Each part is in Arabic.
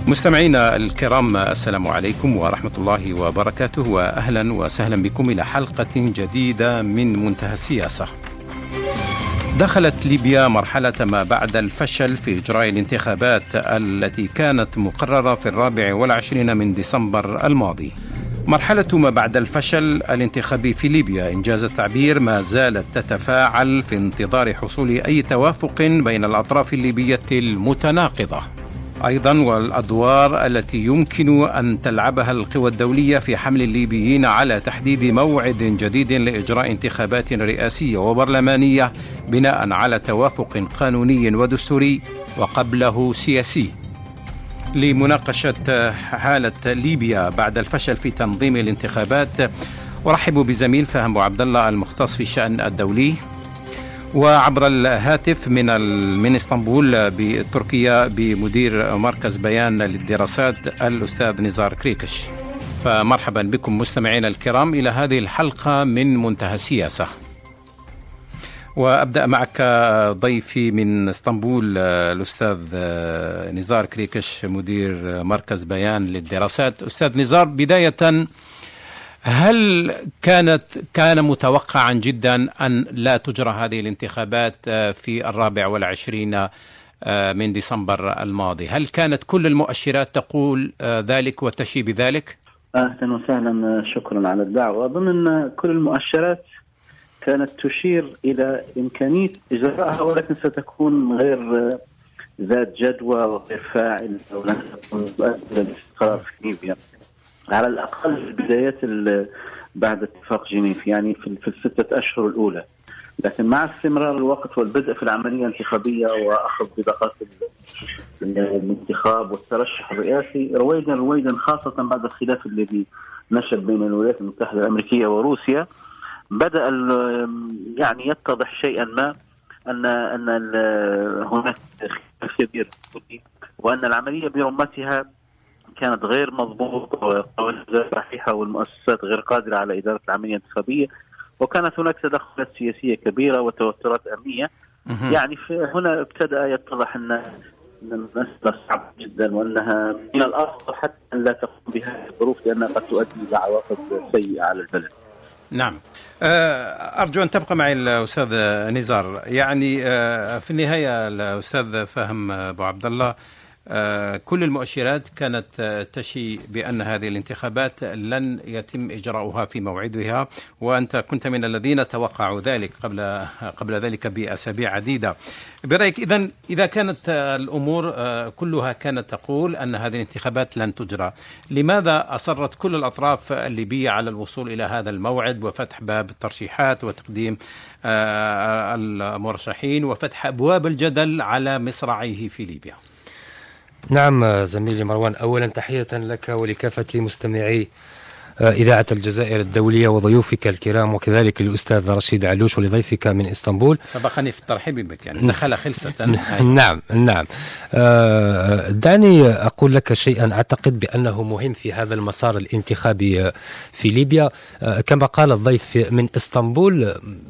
مستمعينا الكرام، السلام عليكم ورحمة الله وبركاته، وأهلا وسهلا بكم إلى حلقة جديدة من منتهى السياسة. دخلت ليبيا مرحلة ما بعد الفشل في إجراء الانتخابات التي كانت مقررة في 24 من ديسمبر الماضي. مرحلة ما بعد الفشل الانتخابي في ليبيا إنجاز التعبير ما زالت تتفاعل في انتظار حصول أي توافق بين الأطراف الليبية المتناقضة. أيضا والأدوار التي يمكن أن تلعبها القوى الدولية في حمل الليبيين على تحديد موعد جديد لإجراء انتخابات رئاسية وبرلمانية بناء على توافق قانوني ودستوري وقبله سياسي. لمناقشة حالة ليبيا بعد الفشل في تنظيم الانتخابات أرحب بزميل فهم أبو عبد الله المختص في الشأن الدولي، وعبر الهاتف من اسطنبول بتركيا بمدير مركز بيان للدراسات الأستاذ نزار كريكش. فمرحبا بكم مستمعينا الكرام إلى هذه الحلقة من منتهى السياسة. وأبدأ معك ضيفي من اسطنبول الأستاذ نزار كريكش مدير مركز بيان للدراسات. أستاذ نزار، بداية هل كان متوقعا جدا أن لا تجرى هذه الانتخابات في 24 من ديسمبر الماضي؟ هل كانت كل المؤشرات تقول ذلك وتشي بذلك؟ أهلا وسهلا، شكرا على الدعوة. أظن أن كل المؤشرات كانت تشير إلى إمكانية إجراءها، ولكن ستكون غير ذات جدوى وغير فاعل، أو لن تكون مؤثرة للاستقرار في ليبيا، على الأقل في بدايات بعد اتفاق جنيف، يعني في الستة أشهر الأولى. لكن مع استمرار الوقت والبدء في العملية الانتخابية وأخذ بطاقات الانتخاب والترشح الرئاسي رويدا خاصة بعد الخلاف الذي نشب بين الولايات المتحدة الأمريكية وروسيا، بدأ يعني يتضح شيئا ما أن هناك خلاف كبير، وأن العملية برمتها كانت غير مضبوطة وقوانين صحيحة، والمؤسسات غير قادرة على إدارة العملية الانتخابية، وكانت هناك تدخلات سياسية كبيرة وتوترات أمنية. يعني هنا ابتدأ يتضح أن المسألة صعبة جدا، وأنها من الأفضل حتى أن لا تقوم بهذه الظروف، لأنها قد تؤدي إلى عواقب سيئة على البلد. نعم، أرجو أن تبقى معي الأستاذ نزار. يعني في النهاية الأستاذ فهم أبو عبد الله، كل المؤشرات كانت تشي بأن هذه الانتخابات لن يتم إجراؤها في موعدها، وأنت كنت من الذين توقعوا ذلك قبل ذلك بأسابيع عديدة. برأيك إذا كانت الأمور كلها كانت تقول أن هذه الانتخابات لن تجرى، لماذا أصرت كل الأطراف الليبية على الوصول إلى هذا الموعد وفتح باب الترشيحات وتقديم المرشحين وفتح أبواب الجدل على مصراعيه في ليبيا؟ نعم زميلي مروان، أولا تحية لك ولكافة مستمعي إذاعة الجزائر الدولية وضيوفك الكرام، وكذلك للأستاذ رشيد علوش ولضيفك من إسطنبول. سبقني في الترحيب بك، يعني دخل خلصة. نعم. دعني أقول لك شيئا أعتقد بأنه مهم في هذا المسار الانتخابي في ليبيا. كما قال الضيف من إسطنبول،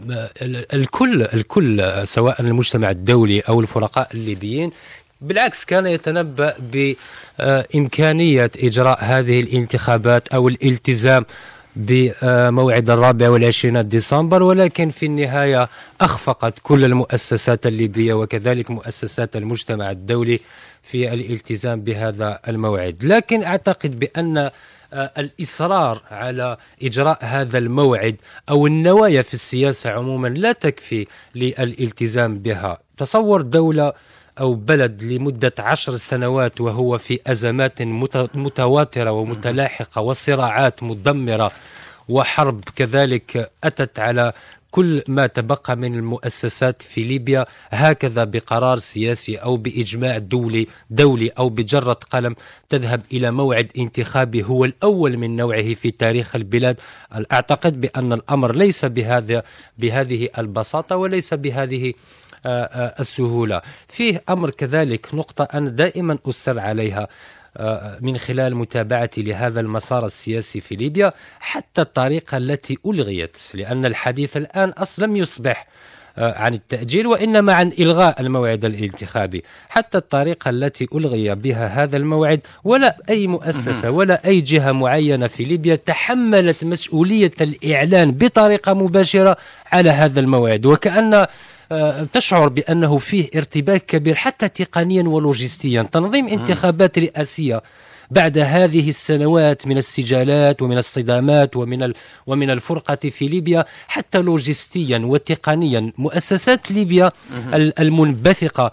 الكل سواء المجتمع الدولي أو الفرقاء الليبيين بالعكس كان يتنبأ بإمكانية إجراء هذه الانتخابات أو الالتزام بموعد 24 ديسمبر، ولكن في النهاية أخفقت كل المؤسسات الليبية وكذلك مؤسسات المجتمع الدولي في الالتزام بهذا الموعد. لكن أعتقد بأن الإصرار على إجراء هذا الموعد أو النوايا في السياسة عموما لا تكفي للالتزام بها. تصور دولة أو بلد لمدة 10 سنوات وهو في أزمات متواترة ومتلاحقة وصراعات مدمرة وحرب كذلك أتت على كل ما تبقى من المؤسسات في ليبيا، هكذا بقرار سياسي أو بإجماع دولي أو بجرة قلم تذهب إلى موعد انتخابي هو الأول من نوعه في تاريخ البلاد. أعتقد بأن الأمر ليس بهذه البساطة وليس بهذه السهولة. فيه أمر كذلك نقطة أنا دائما أسر عليها من خلال متابعتي لهذا المسار السياسي في ليبيا، حتى الطريقة التي ألغيت، لأن الحديث الآن أصلا لم يصبح عن التأجيل وإنما عن إلغاء الموعد الانتخابي. حتى الطريقة التي ألغي بها هذا الموعد ولا أي مؤسسة ولا أي جهة معينة في ليبيا تحملت مسؤولية الإعلان بطريقة مباشرة على هذا الموعد، وكأن تشعر بأنه فيه ارتباك كبير حتى تقنيا ولوجستيا. تنظيم انتخابات رئاسية بعد هذه السنوات من السجالات ومن الصدامات ومن الفرقة في ليبيا، حتى لوجستيا وتقنيا مؤسسات ليبيا المنبثقة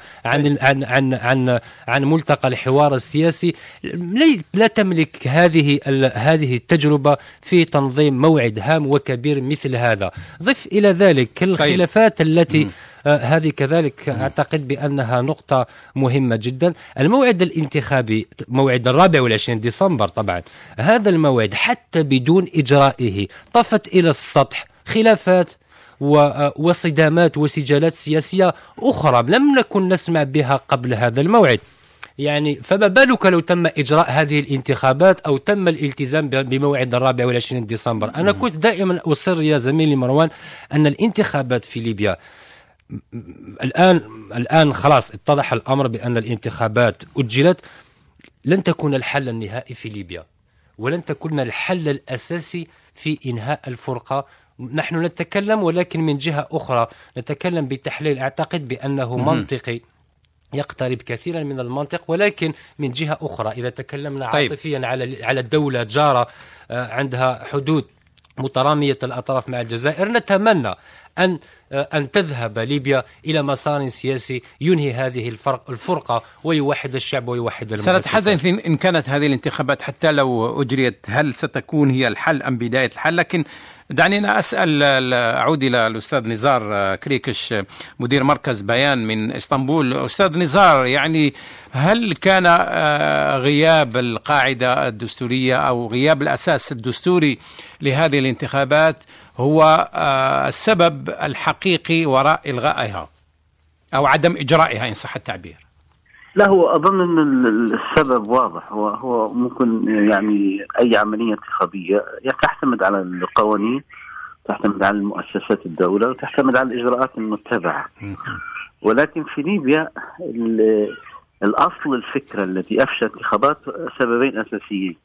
عن ملتقى الحوار السياسي لا تملك هذه التجربة في تنظيم موعد هام وكبير مثل هذا. ضف إلى ذلك الخلافات التي هذه كذلك أعتقد بأنها نقطة مهمة جدا. الموعد الانتخابي موعد 24 ديسمبر طبعا، هذا الموعد حتى بدون إجرائه طفت إلى السطح خلافات وصدامات وسجالات سياسية أخرى لم نكن نسمع بها قبل هذا الموعد. يعني فما بالك لو تم إجراء هذه الانتخابات أو تم الالتزام بموعد 24 ديسمبر. أنا كنت دائما أصر يا زميلي مروان أن الانتخابات في ليبيا الآن خلاص اتضح الأمر بأن الانتخابات أجلت، لن تكون الحل النهائي في ليبيا ولن تكون الحل الأساسي في إنهاء الفرقة. نحن نتكلم ولكن من جهة أخرى نتكلم بتحليل أعتقد بأنه منطقي يقترب كثيرا من المنطق، ولكن من جهة أخرى إذا تكلمنا عاطفيا على الدولة جارة عندها حدود مترامية الأطراف مع الجزائر، نتمنى أن تذهب ليبيا إلى مسار سياسي ينهي هذه الفرقة ويوحد الشعب ويوحد المؤسسات. سنتحدث إن كانت هذه الانتخابات حتى لو أجريت هل ستكون هي الحل أم بداية الحل؟ لكن دعني أسأل، أعود إلى الأستاذ نزار كريكش مدير مركز بيان من إسطنبول. أستاذ نزار، يعني هل كان غياب القاعدة الدستورية أو غياب الأساس الدستوري لهذه الانتخابات هو السبب الحقيقي وراء إلغائها أو عدم إجرائها إن صح التعبير؟ لا، هو أظن أن السبب واضح. هو ممكن يعني أي عملية انتخابية تعتمد على القوانين، تعتمد على المؤسسات الدولة، وتعتمد على الإجراءات المتبعة. ولكن في ليبيا الأصل الفكرة التي أفشت انتخابات سببين أساسيين.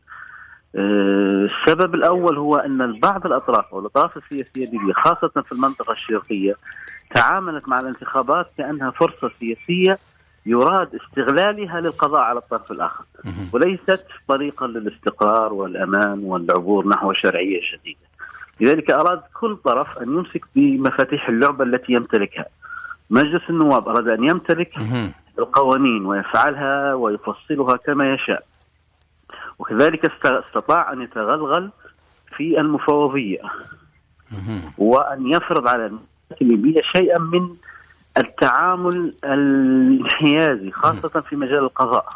السبب الأول هو أن بعض الأطراف والأطراف السياسية الليبية خاصة في المنطقة الشرقية تعاملت مع الانتخابات كأنها فرصة سياسية يراد استغلالها للقضاء على الطرف الآخر، وليست طريقا للاستقرار والأمان والعبور نحو شرعية جديدة. لذلك أراد كل طرف أن يمسك بمفاتيح اللعبة التي يمتلكها. مجلس النواب أراد أن يمتلك القوانين ويفعلها ويفصلها كما يشاء، وكذلك استطاع أن يتغلغل في المفوضية وأن يفرض على الليبية شيئا من التعامل الانحيازي خاصة في مجال القضاء،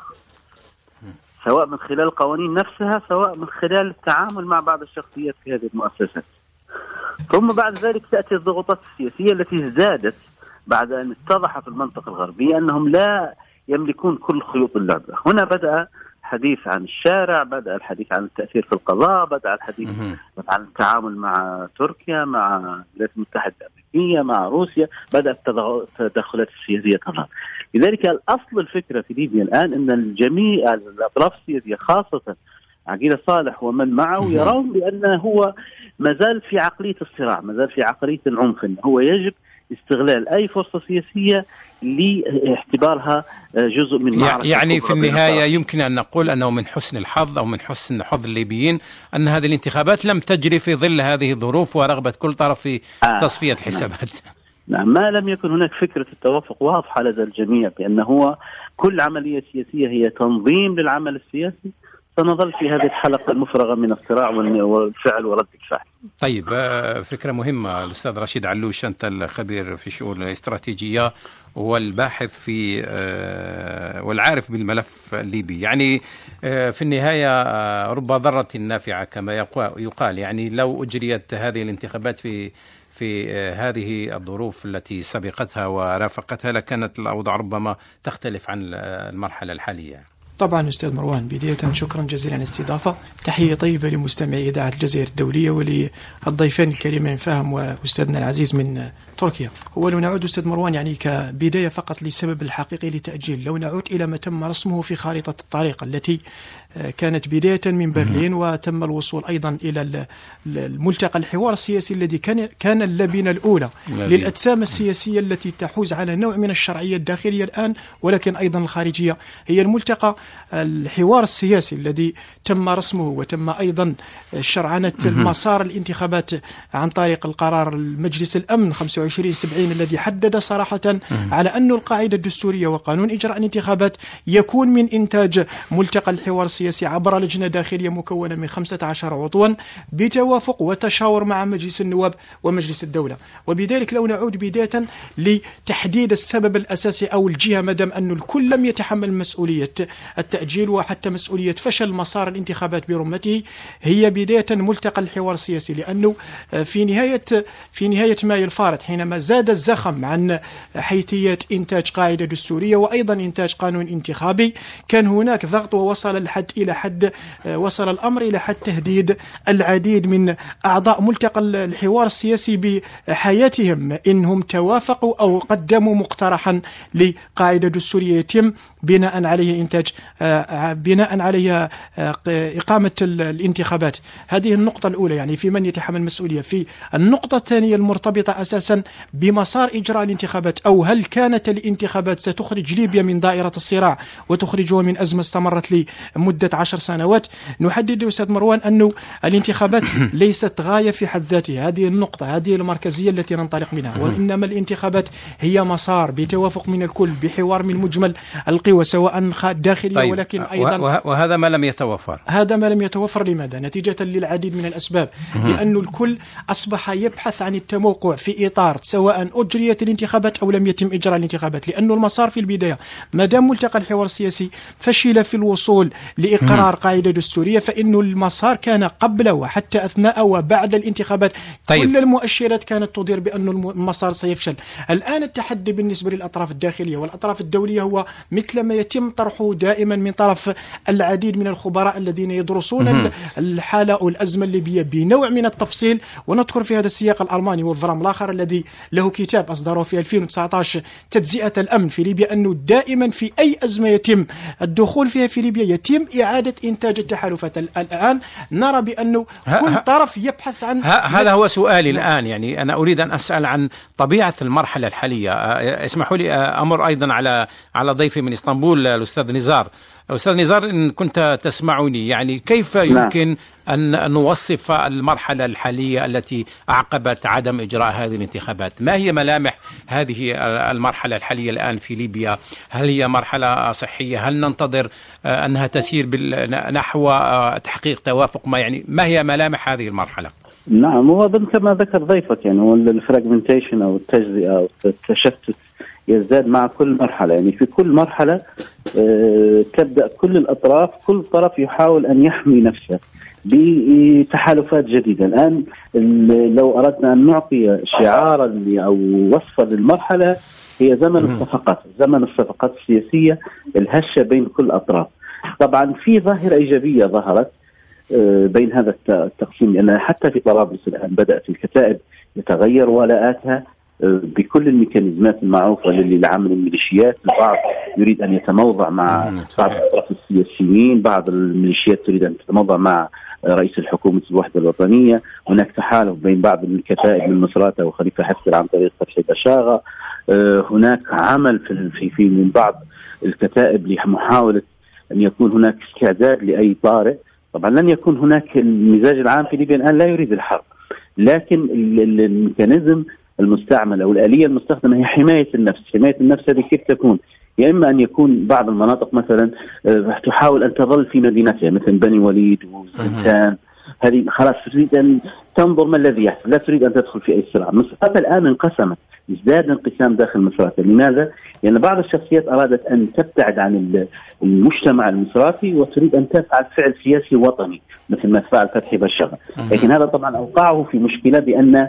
سواء من خلال القوانين نفسها سواء من خلال التعامل مع بعض الشخصيات في هذه المؤسسات. ثم بعد ذلك تأتي الضغوطات السياسية التي ازدادت بعد أن اتضح في المنطقة الغربية أنهم لا يملكون كل خيوط اللعبة. هنا بدأ الحديث عن الشارع، بدأ الحديث عن التأثير في القضاء، بدأ الحديث عن التعامل مع تركيا، مع الولايات المتحدة الأمريكية، مع روسيا، بدأت التدخلات السياسية تظهر. لذلك الأصل الفكرة في ليبيا الآن أن الجميع الأطراف السياسية خاصة عقيل صالح ومن معه يرون بأنه هو مازال في عقلية الصراع، مازال في عقلية العنف، هو يجب استغلال أي فرصة سياسية لاعتبارها جزء من معركة. يعني في النهاية يمكن أن نقول أنه من حسن الحظ أو من حسن حظ الليبيين أن هذه الانتخابات لم تجري في ظل هذه الظروف ورغبة كل طرف في تصفية الحسابات. نعم، ما لم يكن هناك فكرة التوافق واضحة لدى الجميع بأنه هو كل عملية سياسية هي تنظيم للعمل السياسي، سنظل في هذه الحلقة المفرغة من الصراع والفعل ورد الفعل. طيب، فكرة مهمة. الأستاذ رشيد علوش، أنت الخبير في الشؤون الاستراتيجية والباحث في والعارف بالملف الليبي، يعني في النهاية رب ضارة نافعة كما يقال. يعني لو أجريت هذه الانتخابات في هذه الظروف التي سبقتها ورافقتها لكانت الأوضاع ربما تختلف عن المرحلة الحالية. طبعا أستاذ مروان، بداية شكرا جزيلا على الاستضافة. تحية طيبة لمستمعي إذاعة الجزائر الدولية وللضيفين الكريمين فهم وأستاذنا العزيز من تركيا. هو لو نعود أستاذ مروان يعني كبداية فقط للسبب الحقيقي لتأجيل، لو نعود إلى ما تم رسمه في خارطة الطريق التي كانت بداية من برلين وتم الوصول أيضا إلى الملتقى الحوار السياسي الذي كان اللبنة الأولى للأجسام السياسية التي تحوز على نوع من الشرعية الداخلية الآن ولكن أيضا الخارجية، هي الملتقى الحوار السياسي الذي تم رسمه وتم أيضا شرعنة المسار الانتخابات عن طريق القرار المجلس الأمن 2570 الذي حدد صراحة على أن القاعدة الدستورية وقانون إجراء الانتخابات يكون من إنتاج ملتقى الحوار السياسي عبر لجنة داخلية مكونة من 15 عضوا بتوافق وتشاور مع مجلس النواب ومجلس الدولة. وبذلك لو نعود بداية لتحديد السبب الأساسي أو الجهة، مدام أن الكل لم يتحمل مسؤولية التأجيل وحتى مسؤولية فشل مسار الانتخابات برمته، هي بداية ملتقى الحوار السياسي، لأنه في نهاية مايو الفارط حينما زاد الزخم عن حيثيات إنتاج قاعدة دستورية وأيضا إنتاج قانون انتخابي، كان هناك ضغط ووصل الأمر إلى حد تهديد العديد من أعضاء ملتقى الحوار السياسي بحياتهم إنهم توافقوا أو قدموا مقترحا لقاعدة دستورية يتم بناء عليها إقامة الانتخابات. هذه النقطة الأولى يعني في من يتحمل مسؤولية. في النقطة الثانية المرتبطة أساسا بمسار إجراء الانتخابات، أو هل كانت الانتخابات ستخرج ليبيا من دائرة الصراع وتخرجها من أزمة استمرت لمدة 10 سنوات؟ نحدد أستاذ مروان أنه الانتخابات ليست غاية في حد ذاتها، هذه النقطة، هذه المركزية التي ننطلق منها، وإنما الانتخابات هي مسار بتوافق من الكل بحوار من مجمل القوى سواء داخلية طيب. ولكن أيضا وهذا ما لم يتوفر. هذا ما لم يتوفر. لماذا؟ نتيجة للعديد من الأسباب، لأن الكل أصبح يبحث عن التموقع في إطار سواء أجريت الانتخابات أو لم يتم إجراء الانتخابات، لأن المسار في البداية ما دام ملتقى الحوار السياسي فشل في الوصول لإقرار قاعدة دستورية، فإن المسار كان قبل وحتى أثناء وبعد الانتخابات. طيب. كل المؤشرات كانت تضير بأن المسار سيفشل. الآن التحدي بالنسبة للأطراف الداخلية والأطراف الدولية هو مثل ما يتم طرحه دائما من طرف العديد من الخبراء الذين يدرسون الحالة أو الأزمة الليبية بنوع من التفصيل. ونذكر في هذا السياق الألماني والفرام الآخر الذي له كتاب أصدره في 2019 تجزئة الأمن في ليبيا، أنه دائما في أي أزمة يتم الدخول فيها في ليبيا يتم إعادة إنتاج التحالفات. الآن نرى بأنه كل طرف يبحث عن هذا هو سؤالي الآن. يعني أنا أريد أن أسأل عن طبيعة المرحلة الحالية. اسمحوا لي أمر أيضا على ضيفي من إسطنبول الأستاذ نزار. أستاذ نزار، إن كنت تسمعني، يعني كيف يمكن أن نوصف المرحلة الحالية التي أعقبت عدم إجراء هذه الانتخابات؟ ما هي ملامح هذه المرحلة الحالية الآن في ليبيا؟ هل هي مرحلة صحية؟ هل ننتظر أنها تسير نحو تحقيق توافق؟ ما هي ملامح هذه المرحلة؟ نعم، هو كما ذكر ضيفك، يعني هو الفراغمنتيشن أو التجزئة أو التشتت يزداد مع كل مرحلة. يعني في كل مرحلة تبدأ كل الأطراف، كل طرف يحاول أن يحمي نفسه بتحالفات جديدة. الآن لو أردنا أن نعطي شعارا أو وصفا للمرحلة، هي زمن الصفقات السياسية الهشة بين كل الأطراف. طبعا في ظاهرة إيجابية ظهرت بين هذا التقسيم، لأن حتى في طرابلس الآن بدأت الكتائب يتغير ولاءاتها بكل الميكانيزمات المعروفة لعمل الميليشيات. البعض يريد أن يتموضع مع بعض الأطراف السياسيين، بعض الميليشيات تريد أن تتموضع مع رئيس الحكومة الوحدة الوطنية. هناك تحالف بين بعض الكتائب من مصراتة وخليفة حفتر عن طريق فتحي بشاغة. هناك عمل في من بعض الكتائب لمحاولة أن يكون هناك استعداد لأي طارئ. طبعا لن يكون هناك المزاج العام في ليبيا الآن لا يريد الحرب، لكن الميكانيزم المستعمل أو الآلية المستخدمة هي حماية النفس. حماية النفس هذه كيف تكون؟ يا إما أن يكون بعض المناطق مثلا تحاول أن تظل في مدينتها مثل بني وليد وزنتان، هذه خلاص تريد أن تنظر ما الذي يحصل، لا تريد أن تدخل في أي صراع. مصراتة الآن انقسمت، ازداد انقسام داخل مصراتة. لماذا؟ لأن بعض الشخصيات أرادت أن تبتعد عن المجتمع المصراتي وتريد أن تفعل فعل سياسي وطني مثل ما فعل فتحي بشاغة. لكن هذا طبعا أوقعه في مشكلة، بأن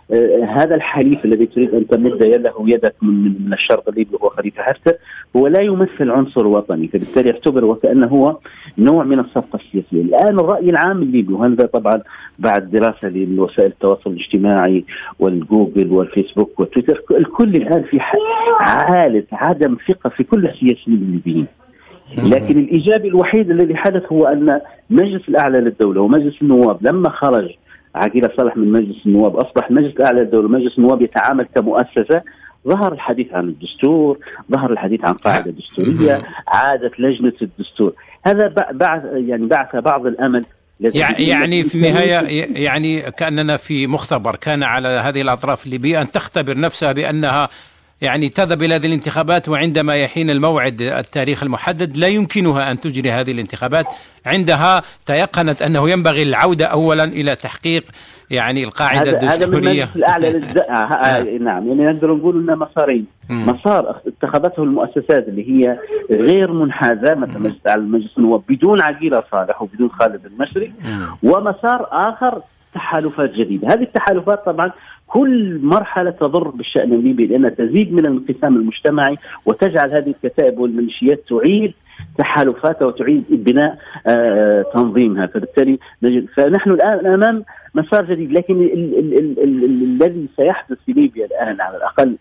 هذا الحليف الذي تريد أن تمد يدك من الشرق الليبي هو خليفة حفتر، هو لا يمثل عنصر وطني، فبالتالي يعتبر وكأنه هو نوع من الصفقة السياسية. الآن الرأي العام الليبي، وهذا طبعا بعد دراسة لوسائل التواصل الاجتماعي والجوجل والفيسبوك والتويتر، الكل الآن في حالة عدم ثقة في كل السياسيين الليبيين. لكن الإيجابي الوحيد الذي حدث هو أن مجلس الأعلى للدولة ومجلس النواب لما خرج عقيلة صالح من مجلس النواب، أصبح مجلس الأعلى للدولة ومجلس النواب يتعامل كمؤسسة. ظهر الحديث عن الدستور، ظهر الحديث عن قاعدة دستورية، عادت لجنة الدستور. هذا بعث بعض الأمل. يعني في النهاية يعني كأننا في مختبر كان على هذه الأطراف الليبية أن تختبر نفسها بأنها يعني تذهب إلى هذه الانتخابات، وعندما يحين الموعد التاريخ المحدد لا يمكنها أن تجري هذه الانتخابات. عندها تيقنت أنه ينبغي العودة أولا إلى تحقيق يعني القاعدة الدستورية. هذا من الأعلى نعم، يعني نقدر نقول أن مسارين. مسار اتخذته المؤسسات اللي هي غير منحازة، مثل مجلس النواب بدون عقيلة صالح وبدون خالد المشري، ومسار آخر تحالفات جديدة. هذه التحالفات طبعا كل مرحلة تضر بالشأن الليبي، لأنها تزيد من الانقسام المجتمعي وتجعل هذه الكتائب والميليشيات تعيد تحالفاتها وتعيد بناء تنظيمها. فبالتالي فنحن الآن أمام مسار جديد. لكن الذي سيحدث في ليبيا الآن على الأقل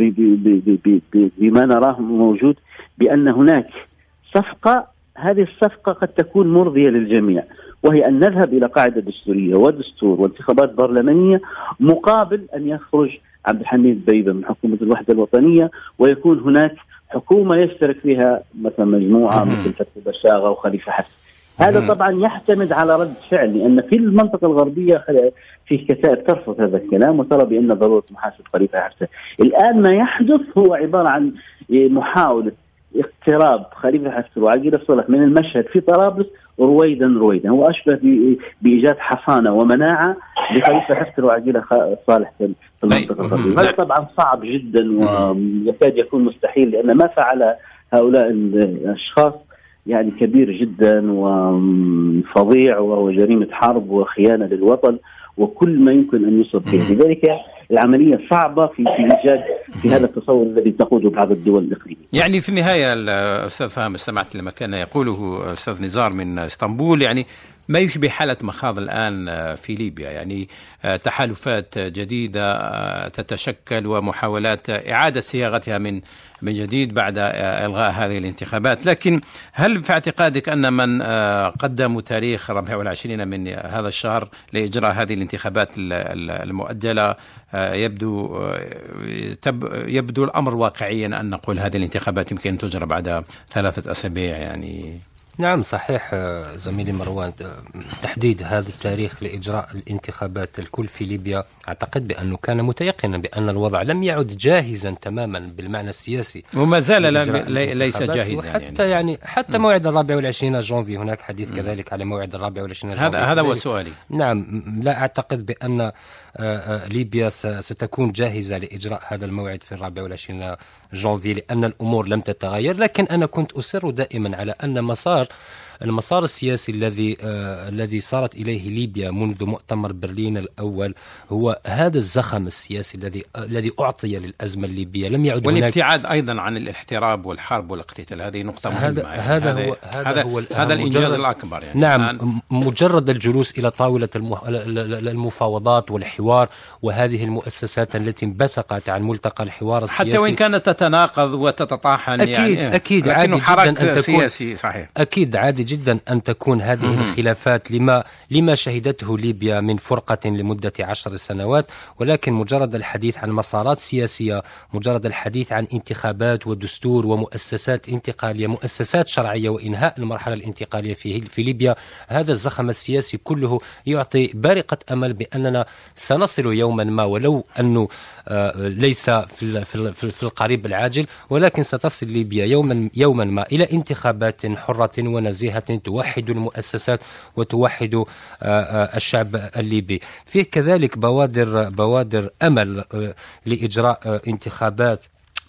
بما نراه موجود، بأن هناك صفقة، هذه الصفقة قد تكون مرضية للجميع، وهي أن نذهب إلى قاعدة دستورية ودستور وانتخابات برلمانية مقابل أن يخرج عبد الحميد بيبة من حكومة الوحدة الوطنية، ويكون هناك حكومة يشترك فيها مثلا مجموعة مثل فتحي بشاغة وخليفة حفتر. هذا طبعا يعتمد على رد فعل، لأن في المنطقة الغربية في كتائب ترفض هذا الكلام وترى بأن ضرورة محاسبة خليفة حفتر. الآن ما يحدث هو عبارة عن محاولة اقتراب خليفة حفتر وعقيلة صالح من المشهد في طرابلس رويدا. هو أشبه بإيجاد حصانة ومناعة لخليفة حفتر وعقيلة صالح في المنطقة الغربية. هذا طبعا صعب جدا ويكاد يكون مستحيل، لأن ما فعل هؤلاء الأشخاص يعني كبير جدا وفظيع، وهو جريمة حرب وخيانة للوطن وكل ما يمكن أن يصب فيه. لذلك العملية صعبة في إيجاد في هذا التصور الذي تقوده بعض الدول الإقليمية. يعني في النهاية الأستاذ فهم، استمعت لما كان يقوله أستاذ نزار من اسطنبول، يعني ما يشبه حالة مخاض الآن في ليبيا، يعني تحالفات جديدة تتشكل ومحاولات إعادة صياغتها من جديد بعد إلغاء هذه الانتخابات. لكن هل في اعتقادك أن من قدموا تاريخ 24 من هذا الشهر لإجراء هذه الانتخابات المؤجلة يبدو الأمر واقعيا أن نقول هذه الانتخابات يمكن أن تجرى بعد 3 أسابيع؟ يعني نعم صحيح زميلي مروان، تحديد هذا التاريخ لإجراء الانتخابات الكل في ليبيا أعتقد بأنه كان متيقنا بأن الوضع لم يعد جاهزا تماما بالمعنى السياسي، وما زال ليس جاهزا. حتى موعد 24 جانفي هناك حديث كذلك على موعد 24 جانفي. هذا هو سؤالي. نعم، لا أعتقد بأن ليبيا ستكون جاهزة لإجراء هذا الموعد في 24 جانفي، لأن الأمور لم تتغير. لكن أنا كنت أصر دائما على أن المسار السياسي الذي صارت إليه ليبيا منذ مؤتمر برلين الأول هو هذا الزخم السياسي الذي أعطي للأزمة الليبية. لم يعد والابتعاد أيضا عن الاحتراب والحرب والاقتتال، هذه نقطة مهمة. هذا الإنجاز الأكبر. يعني نعم، مجرد الجلوس إلى طاولة المفاوضات والحوار، وهذه المؤسسات التي انبثقت عن ملتقى الحوار السياسي حتى وإن كانت تتناقض وتتطاحن، أكيد عادي جدا أن تكون سياسي. صحيح، أكيد عادي جدا أن تكون هذه الخلافات لما شهدته ليبيا من فرقة لمدة 10 سنوات. ولكن مجرد الحديث عن مسارات سياسية، مجرد الحديث عن انتخابات ودستور ومؤسسات انتقالية، مؤسسات شرعية، وإنهاء المرحلة الانتقالية في ليبيا، هذا الزخم السياسي كله يعطي بارقة أمل بأننا سنصل يوما ما، ولو أنه ليس في القريب العاجل، ولكن ستصل ليبيا يوما ما إلى انتخابات حرة ونزيهة توحد المؤسسات وتوحد الشعب الليبي. فيه كذلك بوادر أمل لإجراء انتخابات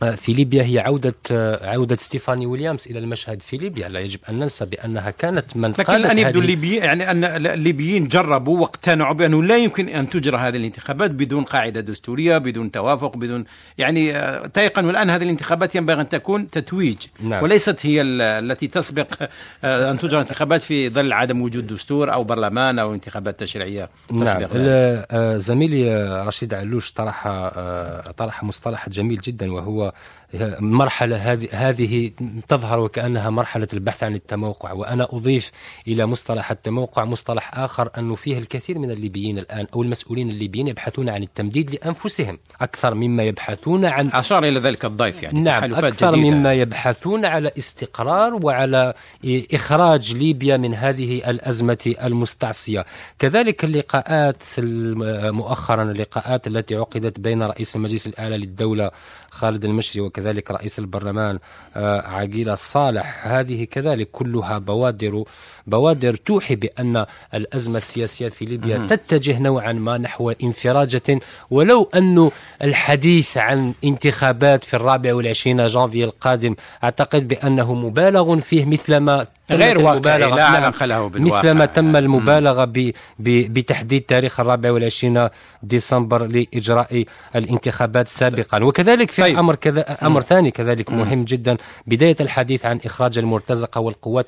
في ليبيا هي عودة ستيفاني ويليامز إلى المشهد في ليبيا. لا يجب أن ننسى بأنها كانت من لكن أن يبدو يعني أن الليبيين جربوا واقتنعوا بأنه لا يمكن أن تجرى هذه الانتخابات بدون قاعدة دستورية، بدون توافق، بدون يعني تيقنوا الآن هذه الانتخابات ينبغي أن تكون تتويج. نعم. وليست هي التي تسبق أن تجرى انتخابات في ظل عدم وجود دستور أو برلمان أو انتخابات تشريعية تسبق. نعم. زميلي رشيد علوش طرح مصطلح جميل جدا، وهو مرحلة هذه تظهر وكأنها مرحلة البحث عن التموقع. وأنا أضيف إلى مصطلح التموقع مصطلح آخر، أنه فيه الكثير من الليبيين الآن أو المسؤولين الليبيين يبحثون عن التمديد لأنفسهم أكثر مما يبحثون عن، أشار إلى ذلك الضيف، يعني نعم، أكثر جديدة. مما يبحثون على استقرار وعلى إخراج ليبيا من هذه الأزمة المستعصية. كذلك اللقاءات مؤخرا، اللقاءات التي عقدت بين رئيس المجلس الأعلى للدولة خالد المشري وكذلك رئيس البرلمان عقيل الصالح، هذه كذلك كلها بوادر توحي بأن الأزمة السياسية في ليبيا تتجه نوعا ما نحو انفراجة، ولو أن الحديث عن انتخابات في 24 جانفي القادم أعتقد بأنه مبالغ فيه، مثلما غير واقعي، لا علاقة له بالواقع، مثلما تم المبالغة بتحديد تاريخ 24 ديسمبر لإجراء الانتخابات سابقا. وكذلك في أمر ثاني كذلك مهم جدا، بداية الحديث عن إخراج المرتزقة والقوات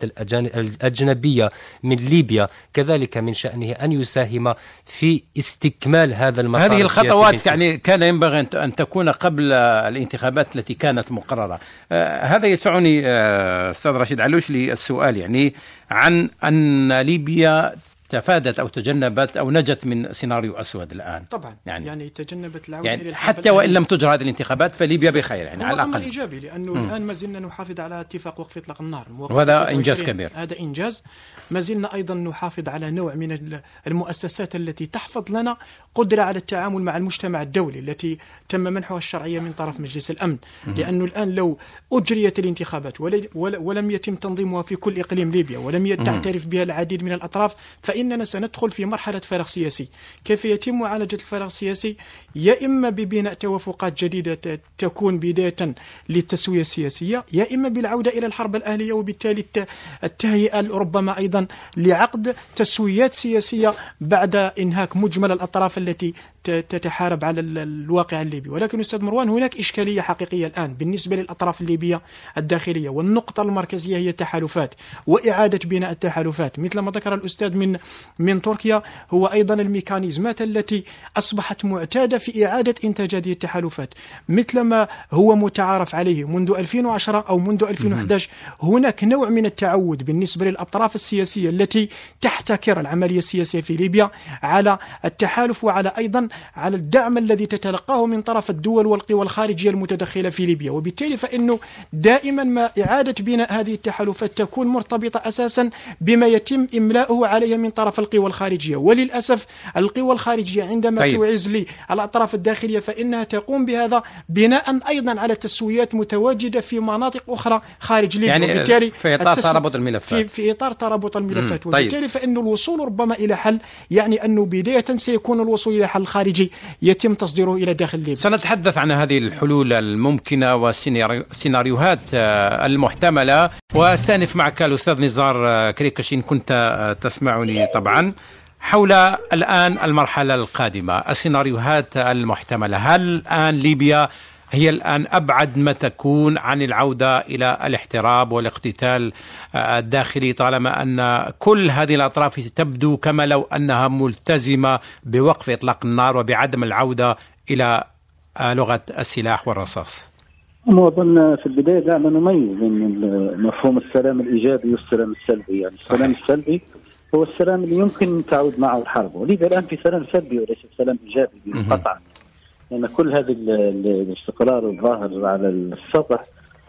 الأجنبية من ليبيا، كذلك من شأنه أن يساهم في استكمال هذا المسار. هذه الخطوات يعني كان ينبغي أن تكون قبل الانتخابات التي كانت مقررة. هذا يدفعني أستاذ رشيد علوش للسؤال يعني عن أن ليبيا تفادت أو تجنبت أو نجت من سيناريو أسود الآن. طبعا يعني تجنبت العودة يعني إلى حتى وإن لم تجرى هذه الانتخابات فليبيا بخير يعني على الأقل. أمر إيجابي، لأنه الآن ما زلنا نحافظ على اتفاق وقف إطلاق النار، وهذا إنجاز كبير. هذا إنجاز. ما زلنا أيضا نحافظ على نوع من المؤسسات التي تحفظ لنا قدرة على التعامل مع المجتمع الدولي التي تم منحها الشرعية من طرف مجلس الأمن. لأنه الآن لو أجريت الانتخابات ولم يتم تنظيمها في كل إقليم ليبيا ولم تعترف بها العديد من الأطراف، فإننا سندخل في مرحلة فراغ سياسي. كيف يتم معالجة الفراغ السياسي؟ يا إما ببناء توافقات جديدة تكون بداية للتسوية السياسية، يا إما بالعودة إلى الحرب الأهلية، وبالتالي التهيئة ربما أيضا لعقد تسويات سياسية بعد إنهاك مجمل الأطراف التي تتحارب على الواقع الليبي. ولكن أستاذ مروان، هناك إشكالية حقيقية الآن بالنسبة للأطراف الليبية الداخلية، والنقطة المركزية هي التحالفات وإعادة بناء التحالفات. مثل ما ذكر الأستاذ من تركيا، هو أيضا الميكانيزمات التي أصبحت معتادة في إعادة إنتاج هذه التحالفات، مثل ما هو متعارف عليه منذ 2010 أو منذ 2011. هناك نوع من التعود بالنسبة للأطراف السياسية التي تحتكر العملية السياسية في ليبيا على التحالف، وعلى أيضا على الدعم الذي تتلقاه من طرف الدول والقوى الخارجية المتدخلة في ليبيا. وبالتالي فإنه دائما ما إعادة بناء هذه التحالفات تكون مرتبطة أساسا بما يتم إملاؤه عليها من طرف القوى الخارجية. وللأسف القوى الخارجية عندما تعز للأطراف الداخلية فإنها تقوم بهذا بناء أيضا على تسويات متواجدة في مناطق أخرى خارج ليبيا، يعني وبالتالي في إطار ترابط الملفات، في إطار ترابط الملفات. وبالتالي فإن الوصول ربما إلى حل، يعني أنه بداية سيكون الوصول إلى حل خارجي يتم تصديره إلى داخل ليبيا. سنتحدث عن هذه الحلول الممكنة والسيناريوهات المحتملة، واستأنف معك الأستاذ نزار كريكش إن كنت تسمعني طبعا، حول الآن المرحلة القادمة، السيناريوهات المحتملة. هل الآن ليبيا هي الآن أبعد ما تكون عن العودة إلى الاحتراب والاقتتال الداخلي، طالما أن كل هذه الأطراف تبدو كما لو أنها ملتزمة بوقف إطلاق النار وبعدم العودة إلى لغة السلاح والرصاص؟ أنا أظن في البداية دعنا نميز بين مفهوم السلام الإيجابي والسلام السلبي. يعني السلام السلبي هو السلام اللي يمكن تعود معه الحرب، ولذا الآن في سلام سلبي وليس سلام إيجابي قطعا. لأن كل هذا الاستقرار الظاهر على السطح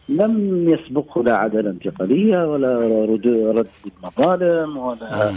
لم يسبقه لا عدالة انتقالية ولا رد المظالم ولا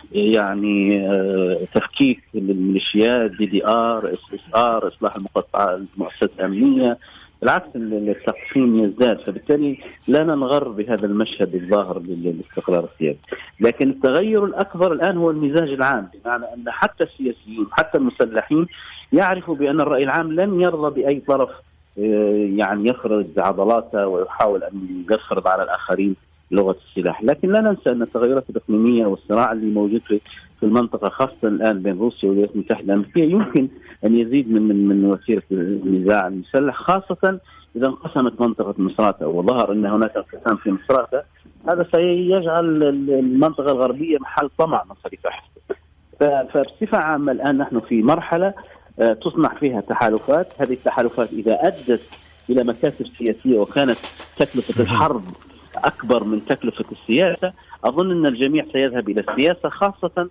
يعني تفكيك للميليشيات، DDR SSR، إصلاح المؤسسات الأمنية. بالعكس التقسيم يزداد، فبالتالي لا ننغر بهذا المشهد الظاهر للاستقرار السياسي. لكن التغير الأكبر الآن هو المزاج العام، بمعنى أن حتى السياسيين حتى المسلحين يعرفوا بأن الرأي العام لن يرضى بأي طرف يعني يفرض عضلاته ويحاول أن يفرض على الآخرين لغة السلاح. لكن لا ننسى أن التغيرات الإقليمية والصراع اللي موجود في المنطقة خاصة الآن بين روسيا والولايات المتحدة الأمريكية يمكن أن يزيد من وتيرة النزاع المسلح، خاصة إذا انقسمت منطقة مصراتة وظهر أن هناك انقسام في مصراتة. هذا سيجعل المنطقة الغربية محل طمع مصري فحسب. فبصفة عامة الآن نحن في مرحلة تصنع فيها تحالفات. هذه التحالفات إذا أدت إلى مكاسب سياسية وكانت تكلفة الحرب أكبر من تكلفة السياسة، أظن أن الجميع سيذهب إلى السياسة، خاصة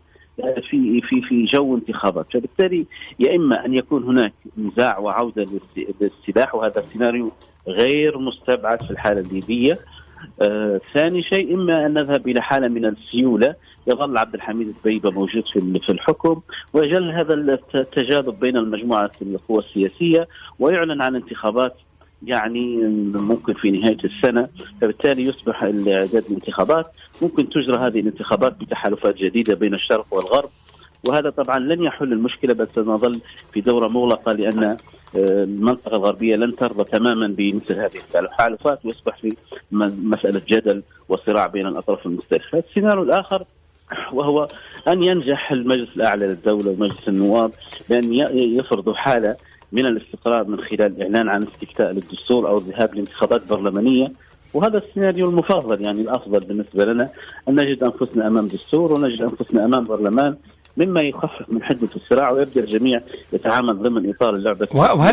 في جو انتخابات. فبالتالي يا إما أن يكون هناك نزاع وعودة للسلاح، وهذا السيناريو غير مستبعد في الحالة الليبية. ثاني شيء إما أن نذهب إلى حالة من السيولة، يظل عبد الحميد الدبيبة موجود في الحكم ويجل هذا التجاذب بين المجموعة القوى السياسية، ويعلن عن انتخابات يعني ممكن في نهاية السنة. فبالتالي يصبح الإعداد للانتخابات، ممكن تجرى هذه الانتخابات بتحالفات جديدة بين الشرق والغرب، وهذا طبعا لن يحل المشكلة، بل سنظل في دورة مغلقة، لأن المنطقة الغربية لن ترضى تماما بمثل هذه التحالفات، ويصبح في مسألة جدل وصراع بين الأطراف المختلفة. السيناريو الآخر وهو أن ينجح المجلس الأعلى للدولة ومجلس النواب بأن يفرضوا حالة من الاستقرار من خلال الإعلان عن استفتاء للدستور أو الذهاب لانتخابات برلمانية. وهذا السيناريو المفضل، يعني الأفضل بالنسبة لنا أن نجد أنفسنا أمام دستور ونجد أنفسنا أمام برلمان، مما يخفف من حدة الصراع ويبدأ الجميع يتعامل ضمن إطار اللعبة.